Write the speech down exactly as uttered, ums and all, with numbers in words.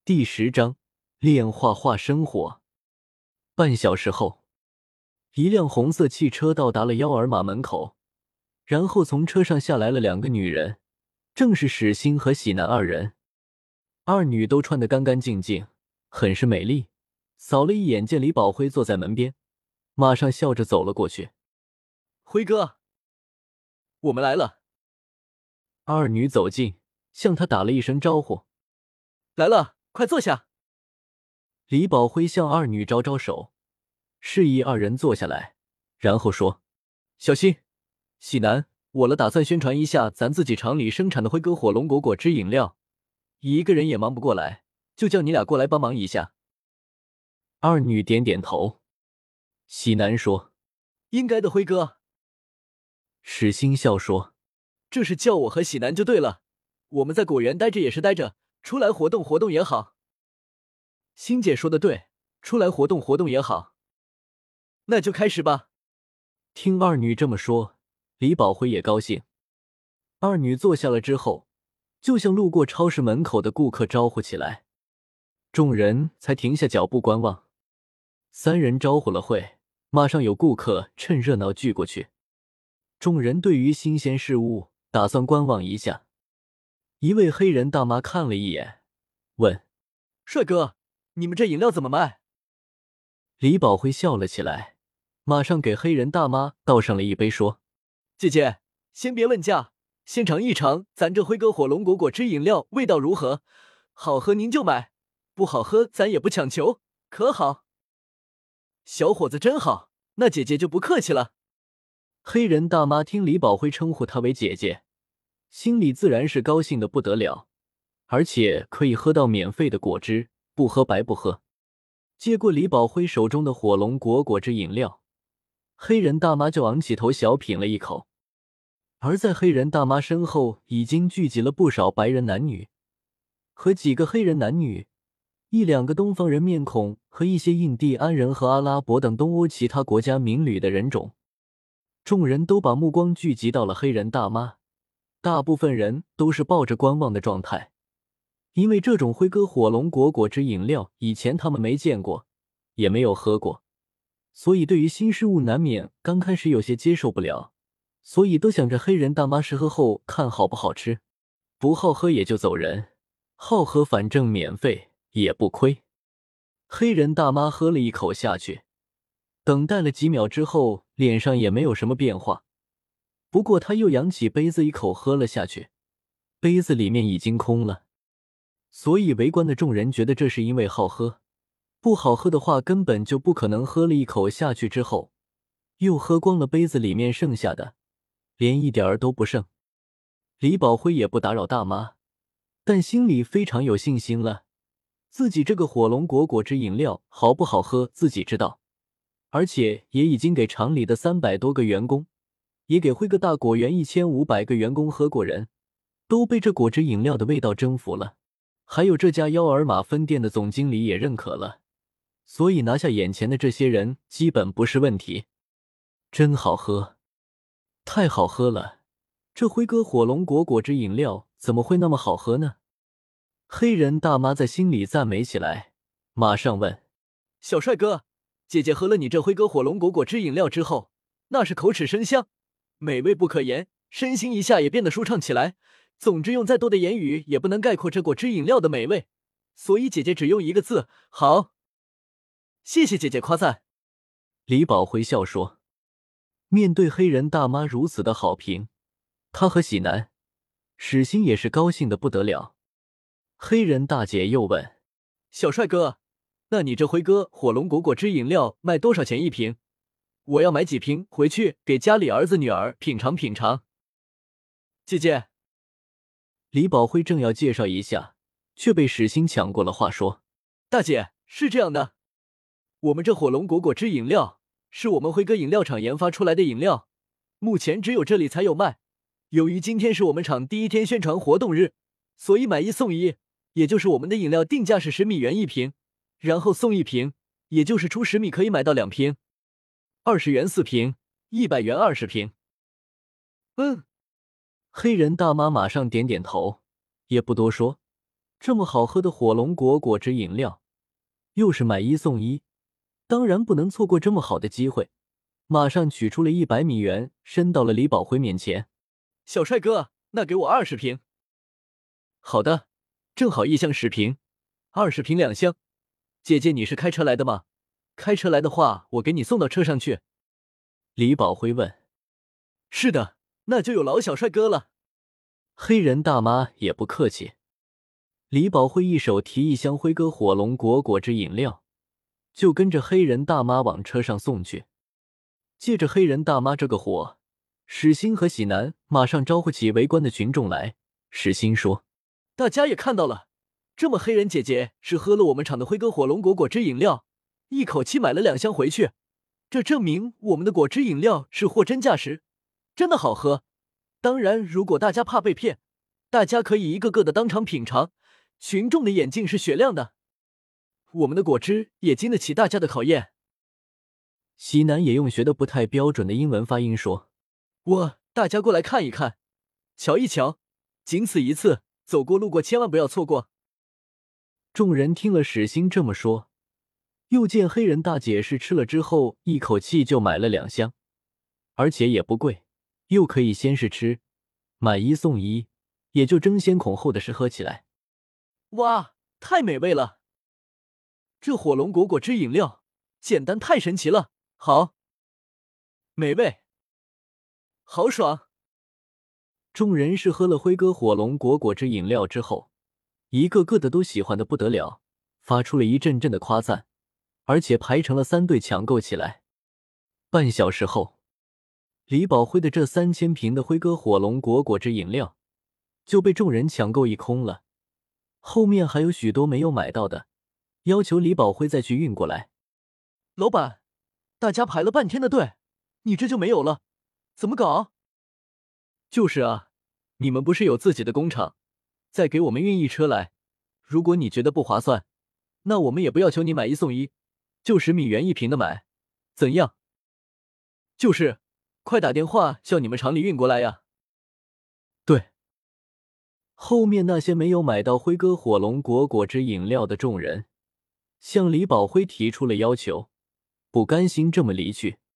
第十章炼化化生火。半小时后，一辆红色汽车到达了幺尔玛门口，然后从车上下来了两个女人，正是史欣和喜男二人。二女都穿得干干净净，很是美丽，扫了一眼见李宝辉坐在门边，马上笑着走了过去。 辉哥，我们来了。 二女走近，向他打了一声招呼。 来了，快坐下。 李宝辉向二女招招手，示意二人坐下来，然后说： 小心，喜男，我了打算宣传一下咱自己厂里生产的辉哥火龙果果汁饮料，一个人也忙不过来，就叫你俩过来帮忙一下。 二女点点头。喜男说： 应该的，辉哥。 史欣笑说： 这是叫我和喜男就对了，我们在果园待着也是待着，出来活动活动也好。欣姐说的对，出来活动活动也好。那就开始吧。 听二女这么说，李宝辉也高兴。二女坐下了之后，就向路过超市门口的顾客招呼起来，众人才停下脚步观望。三人招呼了会，马上有顾客趁热闹聚过去。众人对于新鲜事物打算观望一下。一位黑人大妈看了一眼，问： 帅哥，你们这饮料怎么卖？ 李宝辉笑了起来，马上给黑人大妈倒上了一杯，说： 姐姐，先别问价，先尝一尝咱这辉哥火龙果果汁饮料味道如何，好喝您就买，不好喝咱也不强求，可好？小伙子真好，那姐姐就不客气了。 黑人大妈听李宝辉称呼她为姐姐，心里自然是高兴的不得了，而且可以喝到免费的果汁，不喝白不喝。接过李宝辉手中的火龙果果汁饮料，黑人大妈就昂起头小品了一口。而在黑人大妈身后已经聚集了不少白人男女，和几个黑人男女，一两个东方人面孔和一些印第安人和阿拉伯等东欧其他国家民旅的人种。众人都把目光聚集到了黑人大妈，大部分人都是抱着观望的状态，因为这种辉哥火龙果果汁饮料以前他们没见过，也没有喝过，所以对于新事物难免刚开始有些接受不了，所以都想着黑人大妈试喝后看好不好吃，不好喝也就走人，好喝反正免费也不亏。黑人大妈喝了一口下去，等待了几秒之后，脸上也没有什么变化。不过他又扬起杯子一口喝了下去，杯子里面已经空了。所以围观的众人觉得这是因为好喝，不好喝的话根本就不可能喝了一口下去之后，又喝光了杯子里面剩下的，连一点儿都不剩。李宝辉也不打扰大妈，但心里非常有信心了，自己这个火龙果果汁饮料好不好喝自己知道。而且也已经给厂里的三百多个员工，也给辉哥大果园一千五百个员工喝过人，都被这果汁饮料的味道征服了。还有这家幺尔玛分店的总经理也认可了，所以拿下眼前的这些人基本不是问题。真好喝，太好喝了，这辉哥火龙果果汁饮料怎么会那么好喝呢？黑人大妈在心里赞美起来，马上问： 小帅哥，姐姐喝了你这辉哥火龙果果汁饮料之后，那是口齿生香，美味不可言，身心一下也变得舒畅起来。总之用再多的言语也不能概括这果汁饮料的美味，所以姐姐只用一个字：好。谢谢姐姐夸赞。 李宝辉笑说。面对黑人大妈如此的好评，他和喜男、史欣也是高兴的不得了。黑人大姐又问： 小帅哥，那你这辉哥火龙果果汁饮料卖多少钱一瓶？我要买几瓶回去给家里儿子女儿品尝品尝。姐姐。 李宝辉正要介绍一下，却被史欣抢过了话，说： 大姐，是这样的，我们这火龙果果汁饮料是我们辉哥饮料厂研发出来的饮料，目前只有这里才有卖。由于今天是我们厂第一天宣传活动日，所以买一送一，也就是我们的饮料定价是十米元一瓶，然后送一瓶，也就是出十米可以买到两瓶，二十元四瓶，一百元二十瓶。嗯。 黑人大妈马上点点头，也不多说， 这么好喝的火龙果果汁饮料，又是买一送一，当然不能错过这么好的机会。马上取出了一百米元，伸到了李宝辉面前。 小帅哥，那给我二十瓶。好的，正好一箱十瓶，二十瓶两箱。姐姐，你是开车来的吗？开车来的话，我给你送到车上去。 李宝辉问。 是的，那就有劳小帅哥了。 黑人大妈也不客气。李宝辉一手提一箱辉哥火龙果果汁饮料，就跟着黑人大妈往车上送去。借着黑人大妈这个火，史欣和喜南马上招呼起围观的群众来。史欣说： 大家也看到了，这么黑人姐姐是喝了我们厂的辉哥火龙果果汁饮料，一口气买了两箱回去，这证明我们的果汁饮料是货真价实，真的好喝。当然，如果大家怕被骗，大家可以一个个的当场品尝，群众的眼睛是雪亮的，我们的果汁也经得起大家的考验。 喜南也用学的不太标准的英文发音说： 我，大家过来看一看，瞧一瞧，仅此一次，走过路过千万不要错过。 众人听了史欣这么说，又见黑人大姐是吃了之后一口气就买了两箱，而且也不贵，又可以先试吃，买一送一，也就争先恐后的是喝起来。 哇，太美味了！这火龙果果汁饮料简单太神奇了，好美味，好爽！ 众人是喝了辉哥火龙果果汁饮料之后，一个个的都喜欢的不得了，发出了一阵阵的夸赞，而且排成了三队抢购起来。半小时后，李宝辉的这三千瓶的辉哥火龙果果汁饮料就被众人抢购一空了，后面还有许多没有买到的，要求李宝辉再去运过来。 老板，大家排了半天的队，你这就没有了，怎么搞？就是啊，你们不是有自己的工厂，再给我们运一车来，如果你觉得不划算，那我们也不要求你买一送一，就十米元一瓶的买，怎样？就是，快打电话叫你们厂里运过来呀。 对，后面那些没有买到辉哥火龙果果汁饮料的众人，向李宝辉提出了要求，不甘心这么离去。